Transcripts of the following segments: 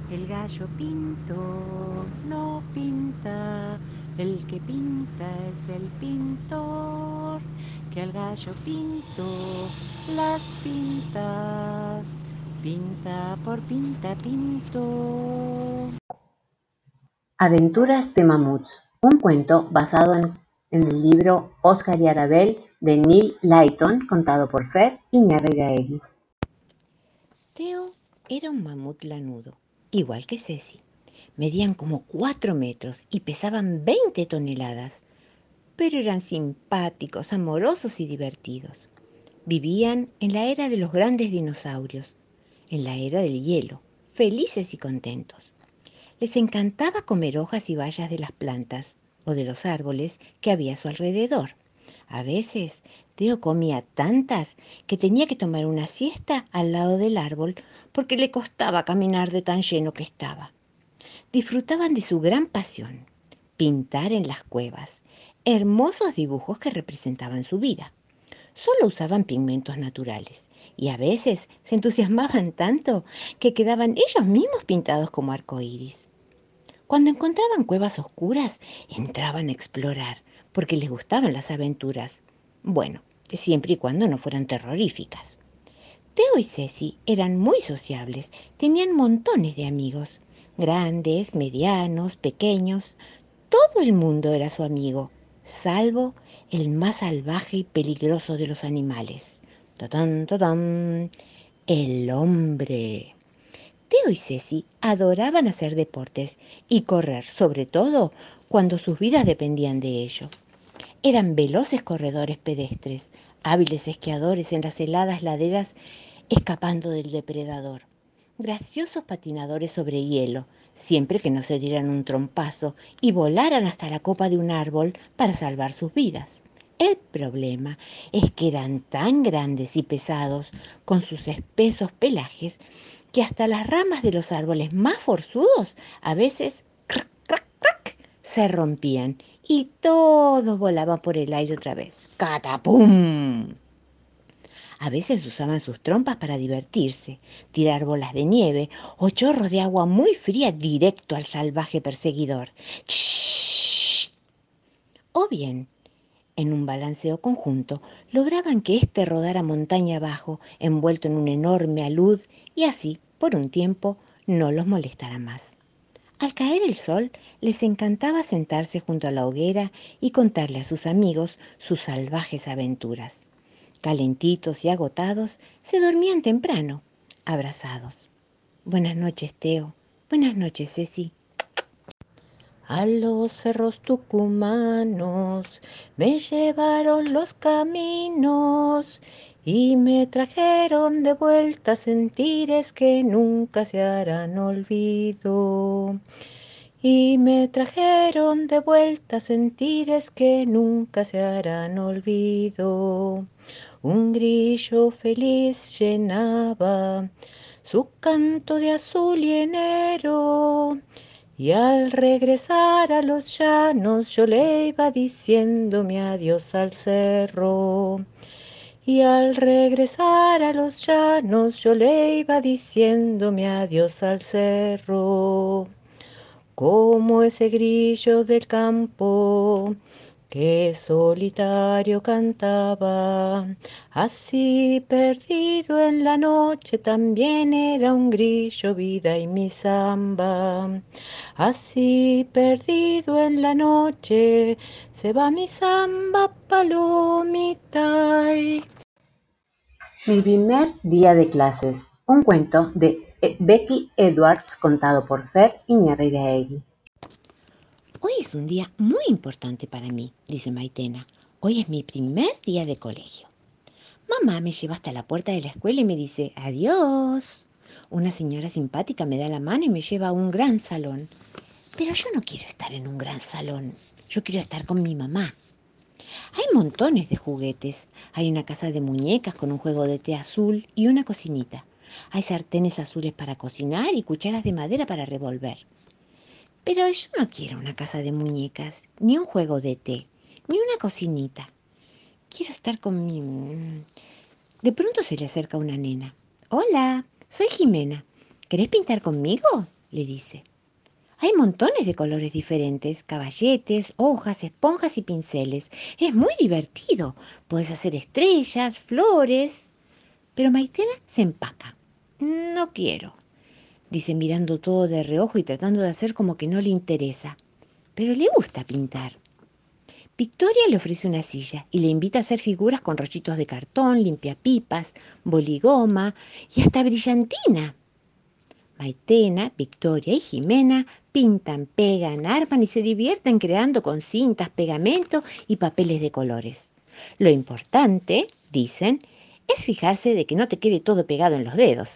El gallo pinto lo pinta, el que pinta es el pintor, que al gallo pinto las pintas, pinta por pinta pinto. Aventuras de mamuts, un cuento basado en el libro Oscar y Arabel de Neil Layton, contado por Fer Iñárritu. Teo era un mamut lanudo, igual que Ceci. Medían como 4 metros y pesaban 20 toneladas, pero eran simpáticos, amorosos y divertidos. Vivían en la era de los grandes dinosaurios, en la era del hielo, felices y contentos. Les encantaba comer hojas y bayas de las plantas o de los árboles que había a su alrededor. A veces Teo comía tantas que tenía que tomar una siesta al lado del árbol porque le costaba caminar de tan lleno que estaba. Disfrutaban de su gran pasión, pintar en las cuevas, hermosos dibujos que representaban su vida. Solo usaban pigmentos naturales y a veces se entusiasmaban tanto que quedaban ellos mismos pintados como arcoíris. Cuando encontraban cuevas oscuras, entraban a explorar, porque les gustaban las aventuras. Bueno, siempre y cuando no fueran terroríficas. Teo y Ceci eran muy sociables, tenían montones de amigos, grandes, medianos, pequeños. Todo el mundo era su amigo, salvo el más salvaje y peligroso de los animales. ¡Tatán, tatán! El hombre. Teo y Ceci adoraban hacer deportes y correr, sobre todo cuando sus vidas dependían de ello. Eran veloces corredores pedestres, hábiles esquiadores en las heladas laderas escapando del depredador, graciosos patinadores sobre hielo, siempre que no se dieran un trompazo y volaran hasta la copa de un árbol para salvar sus vidas. El problema es que eran tan grandes y pesados, con sus espesos pelajes, que hasta las ramas de los árboles más forzudos a veces crac, crac, crac, se rompían y todos volaban por el aire otra vez. ¡Catapum! A veces usaban sus trompas para divertirse, tirar bolas de nieve o chorros de agua muy fría directo al salvaje perseguidor. ¡Shh! O bien, en un balanceo conjunto, lograban que éste rodara montaña abajo, envuelto en un enorme alud, y así, por un tiempo, no los molestara más. Al caer el sol, les encantaba sentarse junto a la hoguera y contarle a sus amigos sus salvajes aventuras. Calentitos y agotados, se dormían temprano, abrazados. Buenas noches, Teo. Buenas noches, Ceci. A los cerros tucumanos me llevaron los caminos y me trajeron de vuelta sentires que nunca se harán olvido. Y me trajeron de vuelta sentires que nunca se harán olvido. Un grillo feliz llenaba su canto de azul y enero, y al regresar a los llanos yo le iba diciendo mi adiós al cerro. Y al regresar a los llanos yo le iba diciendo mi adiós al cerro. Como ese grillo del campo que solitario cantaba, así perdido en la noche también era un grillo vida y mi samba. Así perdido en la noche se va mi samba palomita. Mi primer día de clases, un cuento de Becky Edwards, contado por Fer Iñárritu. Hoy es un día muy importante para mí, dice Maitena. Hoy es mi primer día de colegio. Mamá me lleva hasta la puerta de la escuela y me dice, adiós. Una señora simpática me da la mano y me lleva a un gran salón. Pero yo no quiero estar en un gran salón. Yo quiero estar con mi mamá. Hay montones de juguetes. Hay una casa de muñecas con un juego de té azul y una cocinita. Hay sartenes azules para cocinar y cucharas de madera para revolver. Pero yo no quiero una casa de muñecas, ni un juego de té, ni una cocinita. Quiero estar con mi... De pronto se le acerca una nena. Hola, soy Jimena. ¿Querés pintar conmigo? le dice. Hay montones de colores diferentes, caballetes, hojas, esponjas y pinceles. Es muy divertido. Puedes hacer estrellas, flores. Pero Maitena se empaca. No quiero, dice mirando todo de reojo y tratando de hacer como que no le interesa. Pero le gusta pintar. Victoria le ofrece una silla y le invita a hacer figuras con rollitos de cartón, limpiapipas, boligoma y hasta brillantina. Maitena, Victoria y Jimena pintan, pegan, arman y se divierten creando con cintas, pegamento y papeles de colores. Lo importante, dicen, es fijarse de que no te quede todo pegado en los dedos.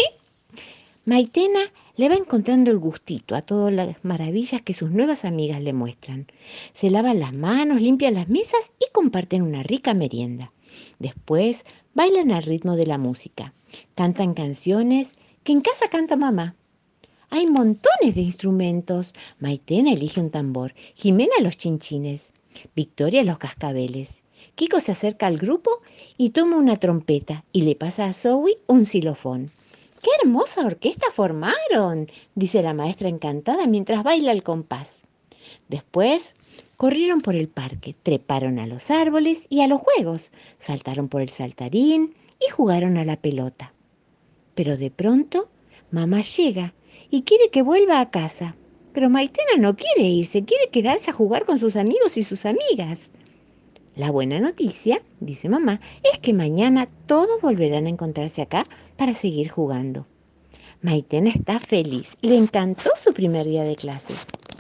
Maitena le va encontrando el gustito a todas las maravillas que sus nuevas amigas le muestran. Se lavan las manos, limpian las mesas y comparten una rica merienda. Después bailan al ritmo de la música. Cantan canciones que en casa canta mamá. Hay montones de instrumentos. Maitena elige un tambor, Jimena los chinchines, Victoria los cascabeles. Kiko se acerca al grupo y toma una trompeta y le pasa a Zoe un xilofón. ¡Qué hermosa orquesta formaron!, dice la maestra encantada mientras baila el compás. Después corrieron por el parque, treparon a los árboles y a los juegos, saltaron por el saltarín y jugaron a la pelota. Pero de pronto mamá llega y quiere que vuelva a casa. Pero Maitena no quiere irse, quiere quedarse a jugar con sus amigos y sus amigas. La buena noticia, dice mamá, es que mañana todos volverán a encontrarse acá para seguir jugando. Maitena está feliz, le encantó su primer día de clases.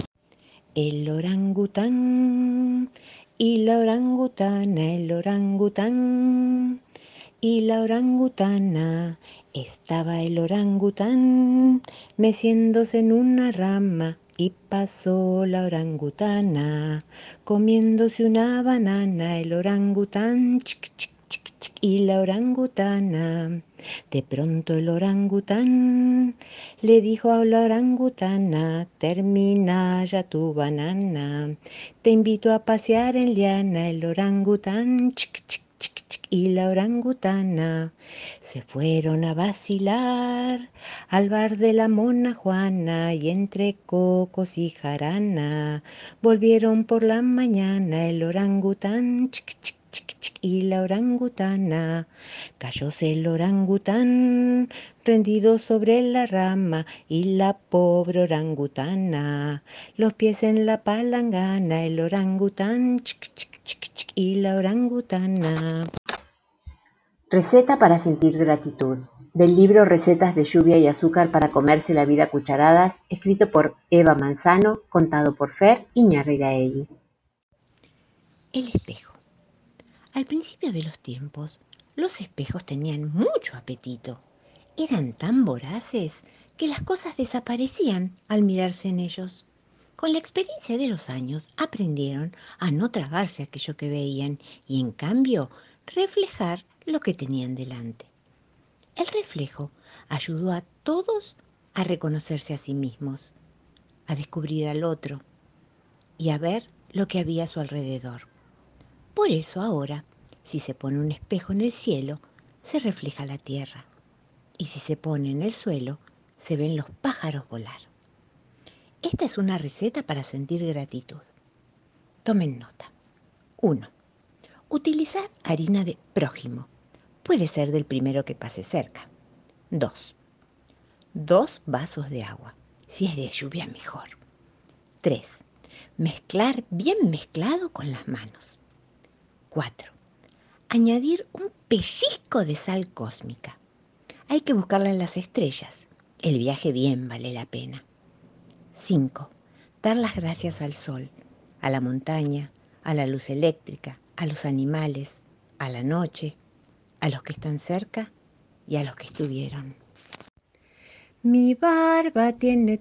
El orangután y la orangutana, el orangután y la orangutana. Estaba el orangután meciéndose en una rama y pasó la orangutana comiéndose una banana. El orangután chic, chic, chic, chic, y la orangutana. De pronto el orangután le dijo a la orangutana: termina ya tu banana, te invito a pasear en liana. El orangután chic, chic, chic, chic, y la orangutana se fueron a vacilar al bar de la mona Juana, y entre cocos y jarana volvieron por la mañana. El orangután chic, chic, chic, chic, y la orangutana. Cayóse el orangután rendido sobre la rama, y la pobre orangutana los pies en la palangana. El orangután chic, chic, chic, chic, y la orangutana. Receta para sentir gratitud, del libro Recetas de lluvia y azúcar para comerse la vida a cucharadas, escrito por Eva Manzano, contado por Fer Iñarrilaegui. El espejo. Al principio de los tiempos, los espejos tenían mucho apetito. Eran tan voraces que las cosas desaparecían al mirarse en ellos. Con la experiencia de los años aprendieron a no tragarse aquello que veían y en cambio reflejar lo que tenían delante. El reflejo ayudó a todos a reconocerse a sí mismos, a descubrir al otro y a ver lo que había a su alrededor. Por eso ahora, si se pone un espejo en el cielo, se refleja la tierra. Y si se pone en el suelo, se ven los pájaros volar. Esta es una receta para sentir gratitud. Tomen nota. 1. Utilizar harina de prójimo. Puede ser del primero que pase cerca. 2. 2 vasos de agua. Si es de lluvia, mejor. 3. Mezclar bien mezclado con las manos. 4. Añadir un pellizco de sal cósmica. Hay que buscarla en las estrellas. El viaje bien vale la pena. 5. Dar las gracias al sol, a la montaña, a la luz eléctrica, a los animales, a la noche, a los que están cerca y a los que estuvieron. Mi barba tiene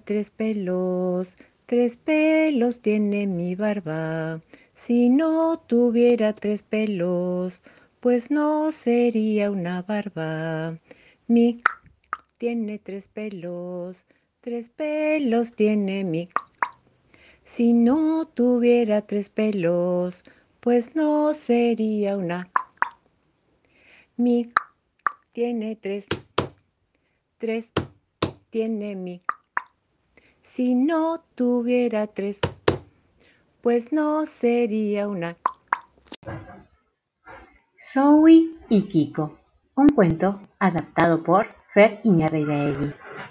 3 pelos tiene mi barba. Si no tuviera 3 pelos, pues no sería una barba. Mi tiene 3 pelos tiene mi. Si no tuviera 3 pelos, pues no sería una. Mi tiene tres tiene mi. Si no tuviera tres, pues no sería una. Zoe y Kiko, un cuento adaptado por Fer Iñarreiraegui.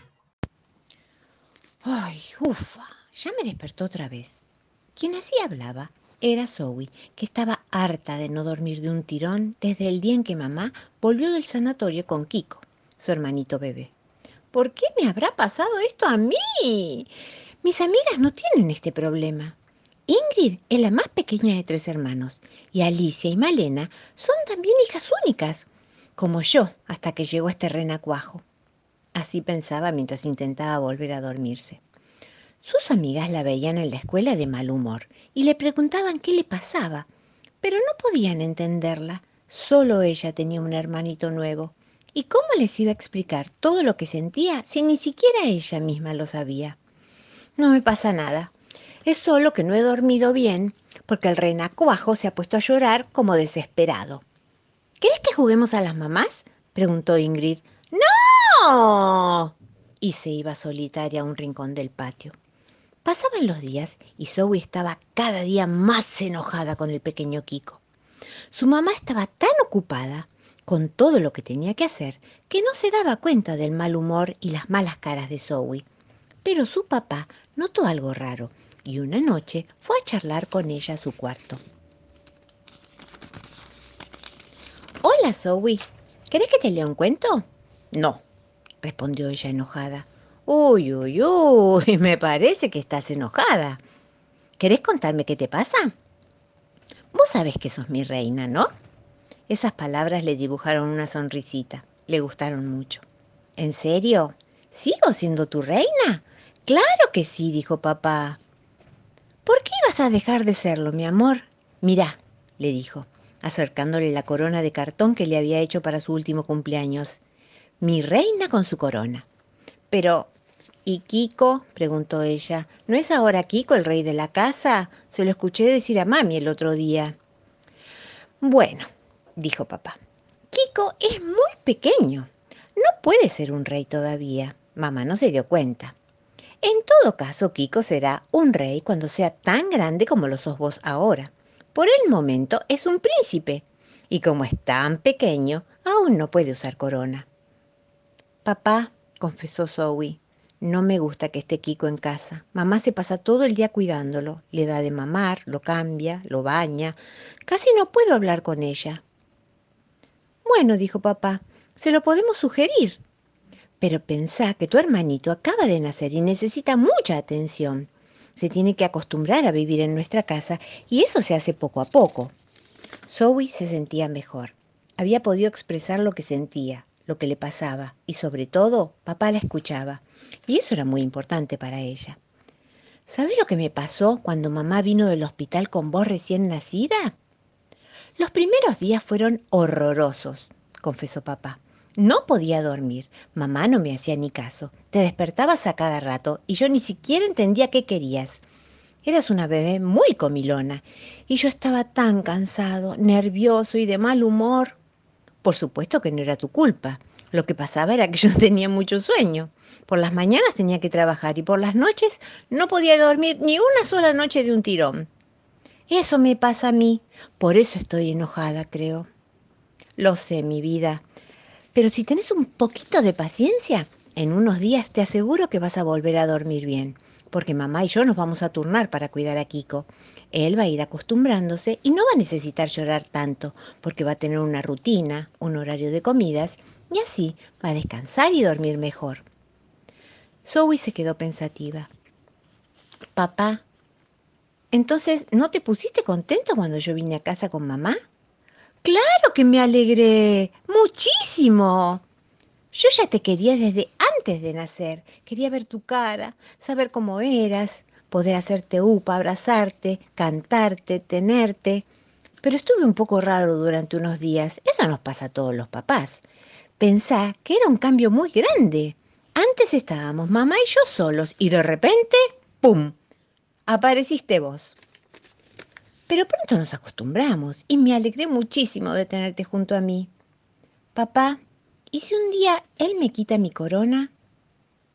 ¡Ay, ufa! Ya me despertó otra vez. Quien así hablaba era Zoe, que estaba harta de no dormir de un tirón desde el día en que mamá volvió del sanatorio con Kiko, su hermanito bebé. ¿Por qué me habrá pasado esto a mí? Mis amigas no tienen este problema. Ingrid es la más pequeña de tres hermanos y Alicia y Malena son también hijas únicas, como yo hasta que llegó este renacuajo. Así pensaba mientras intentaba volver a dormirse. Sus amigas la veían en la escuela de mal humor y le preguntaban qué le pasaba, pero no podían entenderla. Solo ella tenía un hermanito nuevo. ¿Y cómo les iba a explicar todo lo que sentía si ni siquiera ella misma lo sabía? No me pasa nada. Es solo que no he dormido bien porque el renacuajo se ha puesto a llorar como desesperado. ¿Querés que juguemos a las mamás?, preguntó Ingrid. ¡No! Y se iba solitaria a un rincón del patio. Pasaban los días y Zoe estaba cada día más enojada con el pequeño Kiko. Su mamá estaba tan ocupada con todo lo que tenía que hacer que no se daba cuenta del mal humor y las malas caras de Zoe. Pero su papá notó algo raro y una noche fue a charlar con ella a su cuarto. Hola, Zoe. ¿Querés que te lea un cuento? No, respondió ella enojada. Uy, uy, uy, me parece que estás enojada. ¿Querés contarme qué te pasa? Vos sabés que sos mi reina, ¿no? Esas palabras le dibujaron una sonrisita. Le gustaron mucho. ¿En serio? ¿Sigo siendo tu reina? Claro que sí, dijo papá. ¿Por qué ibas a dejar de serlo, mi amor? Mirá, le dijo, acercándole la corona de cartón que le había hecho para su último cumpleaños. Mi reina con su corona. Pero, ¿y Kiko?, preguntó ella. ¿No es ahora Kiko el rey de la casa? Se lo escuché decir a mami el otro día. Bueno, dijo papá, Kiko es muy pequeño. No puede ser un rey todavía. Mamá no se dio cuenta. En todo caso, Kiko será un rey cuando sea tan grande como lo sos vos ahora. Por el momento es un príncipe. Y como es tan pequeño, aún no puede usar corona. Papá, confesó Zoe, no me gusta que esté Kiko en casa. Mamá se pasa todo el día cuidándolo. Le da de mamar, lo cambia, lo baña. Casi no puedo hablar con ella. Bueno, dijo papá, se lo podemos sugerir. Pero pensá que tu hermanito acaba de nacer y necesita mucha atención. Se tiene que acostumbrar a vivir en nuestra casa y eso se hace poco a poco. Zoe se sentía mejor. Había podido expresar lo que sentía, lo que le pasaba y sobre todo papá la escuchaba. Y eso era muy importante para ella. ¿Sabes lo que me pasó cuando mamá vino del hospital con vos recién nacida? Los primeros días fueron horrorosos, confesó papá. No podía dormir. Mamá no me hacía ni caso. Te despertabas a cada rato y yo ni siquiera entendía qué querías. Eras una bebé muy comilona y yo estaba tan cansado, nervioso y de mal humor. Por supuesto que no era tu culpa. Lo que pasaba era que yo tenía mucho sueño. Por las mañanas tenía que trabajar y por las noches no podía dormir ni una sola noche de un tirón. Eso me pasa a mí. Por eso estoy enojada, creo. Lo sé, mi vida. Pero si tenés un poquito de paciencia, en unos días te aseguro que vas a volver a dormir bien, porque mamá y yo nos vamos a turnar para cuidar a Kiko. Él va a ir acostumbrándose y no va a necesitar llorar tanto, porque va a tener una rutina, un horario de comidas, y así va a descansar y dormir mejor. Zoe se quedó pensativa. Papá, entonces, ¿no te pusiste contento cuando yo vine a casa con mamá? Claro que me alegré, muchísimo. Yo ya te quería desde antes de nacer. Quería ver tu cara, saber cómo eras, poder hacerte upa, abrazarte, cantarte, tenerte. Pero estuve un poco raro durante unos días. Eso nos pasa a todos los papás. Pensá que era un cambio muy grande. Antes estábamos mamá y yo solos y de repente, ¡pum!, apareciste vos. Pero pronto nos acostumbramos y me alegré muchísimo de tenerte junto a mí. Papá, ¿y si un día él me quita mi corona?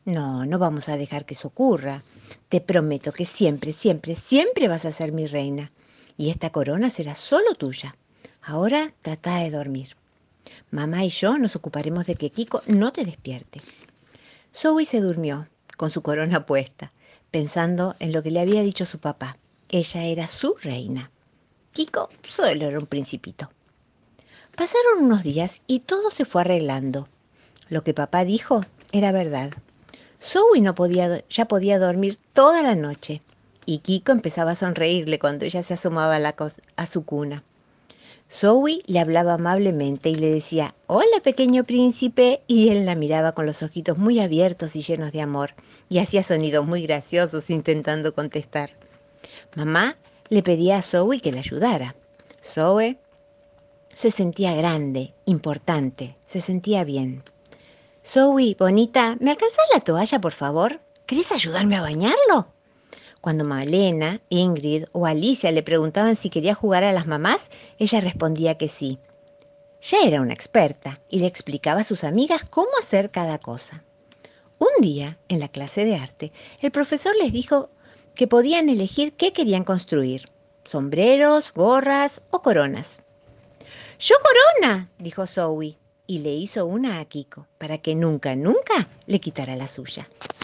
No, no vamos a dejar que eso ocurra. Te prometo que siempre, siempre, siempre vas a ser mi reina. Y esta corona será solo tuya. Ahora trata de dormir. Mamá y yo nos ocuparemos de que Kiko no te despierte. Zoe se durmió, con su corona puesta, pensando en lo que le había dicho su papá. Ella era su reina. Kiko solo era un principito. Pasaron unos días y todo se fue arreglando. Lo que papá dijo era verdad. Zoe no podía, ya podía dormir toda la noche y Kiko empezaba a sonreírle cuando ella se asomaba a su cuna. Zoe le hablaba amablemente y le decía, «Hola, pequeño príncipe», y él la miraba con los ojitos muy abiertos y llenos de amor, y hacía sonidos muy graciosos intentando contestar. Mamá le pedía a Zoe que le ayudara. Zoe se sentía grande, importante, se sentía bien. «Zoe, bonita, ¿me alcanzás la toalla, por favor? ¿Querés ayudarme a bañarlo?». Cuando Malena, Ingrid o Alicia le preguntaban si quería jugar a las mamás, ella respondía que sí. Ya era una experta y le explicaba a sus amigas cómo hacer cada cosa. Un día, en la clase de arte, el profesor les dijo que podían elegir qué querían construir: sombreros, gorras o coronas. «¡Yo corona!», dijo Zoe, y le hizo una a Kiko para que nunca, nunca le quitara la suya.